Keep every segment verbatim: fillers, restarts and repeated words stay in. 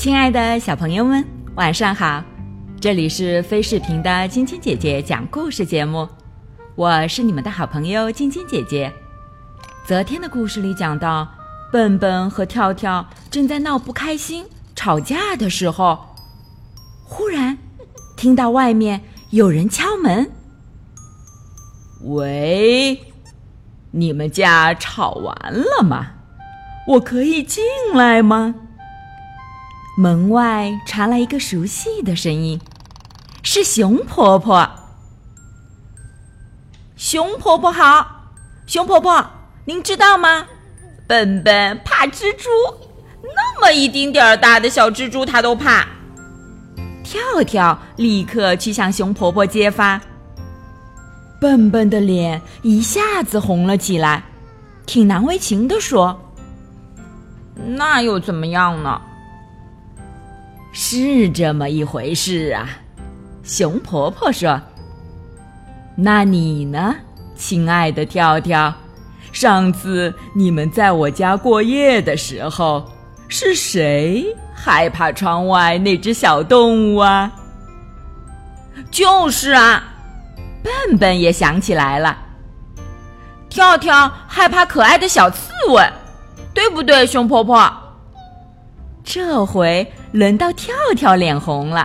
亲爱的小朋友们，晚上好！这里是飞视频的晶晶姐姐讲故事节目，我是你们的好朋友晶晶姐姐。昨天的故事里讲到，笨笨和跳跳正在闹不开心、吵架的时候，忽然听到外面有人敲门。 喂，你们家吵完了吗？我可以进来吗？ 门外传来一个熟悉的声音，是熊婆婆。 熊婆婆好，熊婆婆，您知道吗？笨笨怕蜘蛛，那么一丁点儿大的小蜘蛛它都怕。 跳跳立刻去向熊婆婆揭发。笨笨的脸一下子红了起来，挺难为情地说： 那又怎么样呢？ 是这么一回事啊，熊婆婆说。那你呢，亲爱的跳跳？上次你们在我家过夜的时候，是谁害怕窗外那只小动物啊？ 就是啊， 笨笨也想起来了。 跳跳害怕可爱的小刺猬，对不对，熊婆婆？ 这回轮到跳跳脸红了。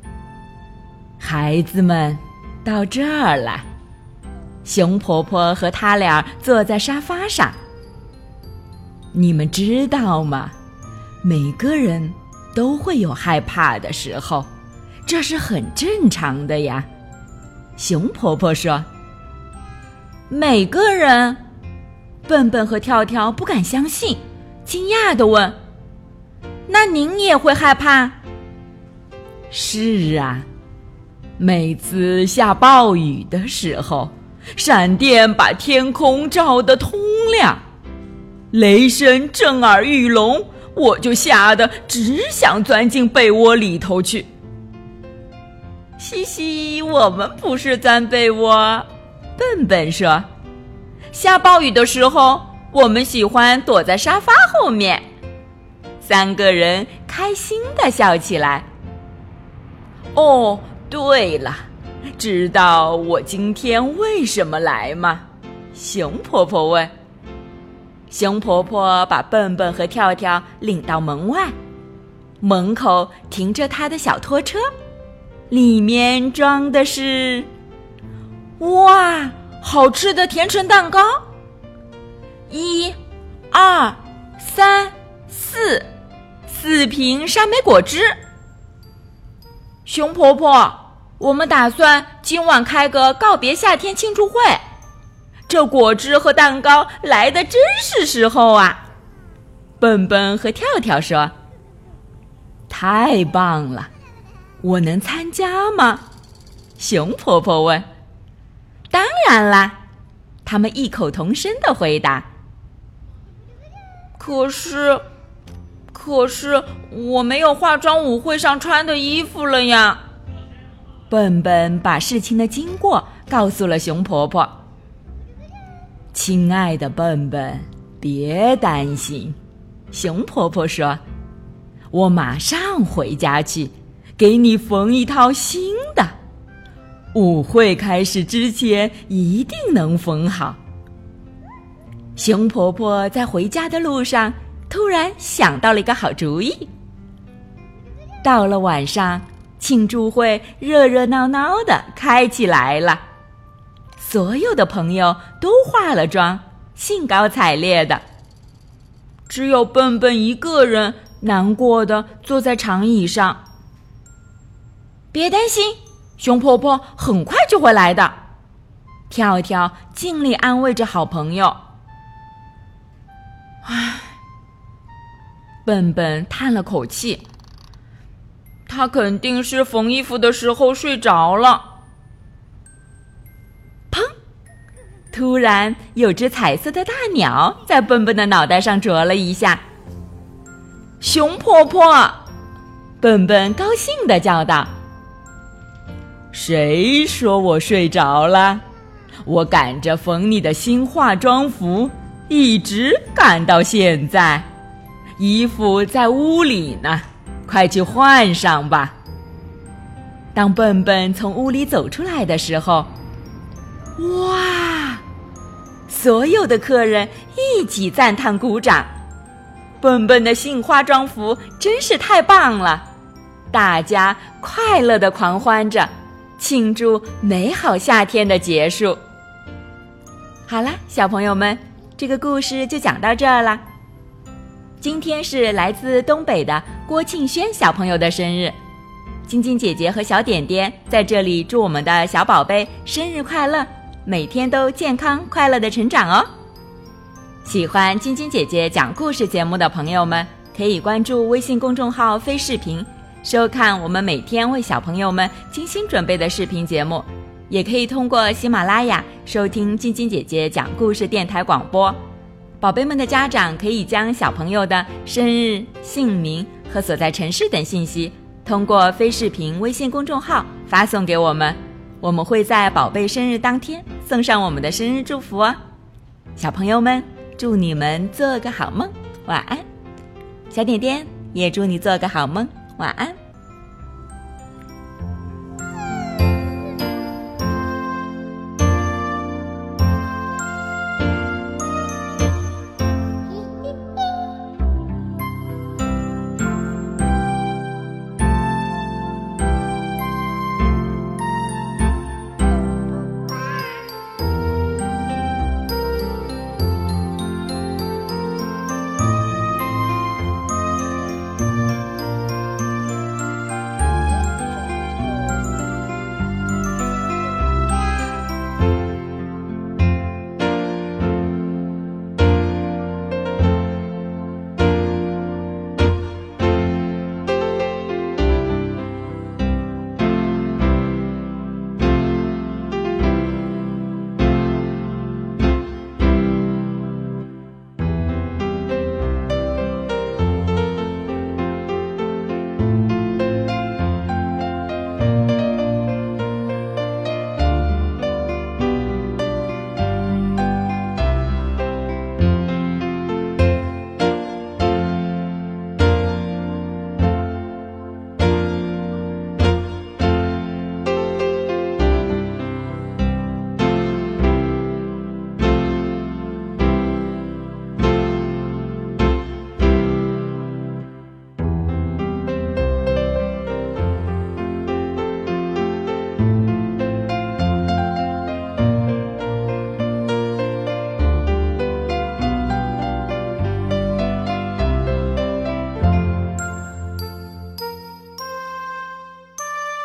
孩子们，到这儿来。 熊婆婆和他俩坐在沙发上。 你们知道吗？每个人都会有害怕的时候，这是很正常的呀。熊婆婆说。 每个人？笨笨和跳跳不敢相信，惊讶地问：那您也会害怕？ 是啊，每次下暴雨的时候，闪电把天空照得通亮，雷声震耳欲聋，我就吓得只想钻进被窝里头去。 嘻嘻，我们不是钻被窝，笨笨说，下暴雨的时候，我们喜欢躲在沙发后面。 三个人开心地笑起来。 哦，对了，知道我今天为什么来吗？熊婆婆问。 熊婆婆把笨笨和跳跳领到门外，门口停着她的小拖车，里面装的是……哇，好吃的甜橙蛋糕！一、二、三、四。四瓶山莓果汁。熊婆婆，我们打算今晚开个告别夏天庆祝会，这果汁和蛋糕来的真是时候啊！笨笨和跳跳说。 太棒了，我能参加吗？熊婆婆问。 当然啦，他们异口同声地回答。 可是可是我没有化妆舞会上穿的衣服了呀。 笨笨把事情的经过告诉了熊婆婆。 亲爱的笨笨，别担心，熊婆婆说，我马上回家去给你缝一套新的，舞会开始之前一定能缝好。 熊婆婆在回家的路上突然想到了一个好主意。到了晚上，庆祝会热热闹闹的开起来了，所有的朋友都化了妆，兴高采烈的。只有笨笨一个人难过的坐在长椅上。别担心，熊婆婆很快就会来的。跳跳尽力安慰着好朋友。唉，笨笨叹了口气，他肯定是缝衣服的时候睡着了。砰！突然有只彩色的大鸟在笨笨的脑袋上啄了一下。熊婆婆！笨笨高兴地叫道。 谁说我睡着了？我赶着缝你的新化妆服，一直赶到现在，衣服在屋里呢， 快去换上吧。当笨笨从屋里走出来的时候，哇！所有的客人一起赞叹鼓掌。笨笨的杏花装服真是太棒了，大家快乐地狂欢着，庆祝美好夏天的结束。好了，小朋友们，这个故事就讲到这儿了。今天是来自东北的郭庆轩小朋友的生日，晶晶姐姐和小点点在这里祝我们的小宝贝生日快乐，每天都健康快乐的成长哦。喜欢晶晶姐姐讲故事节目的朋友们，可以关注微信公众号飞视频，收看我们每天为小朋友们精心准备的视频节目，也可以通过喜马拉雅收听晶晶姐姐讲故事电台广播。宝贝们的家长可以将小朋友的生日、姓名和所在城市等信息通过飞视频微信公众号发送给我们，我们会在宝贝生日当天送上我们的生日祝福哦。小朋友们，祝你们做个好梦，晚安。小点点也祝你做个好梦，晚安。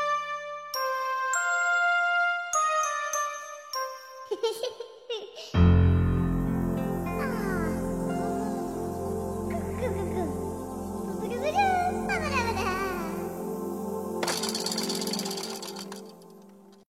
嘿嘿嘿嘿。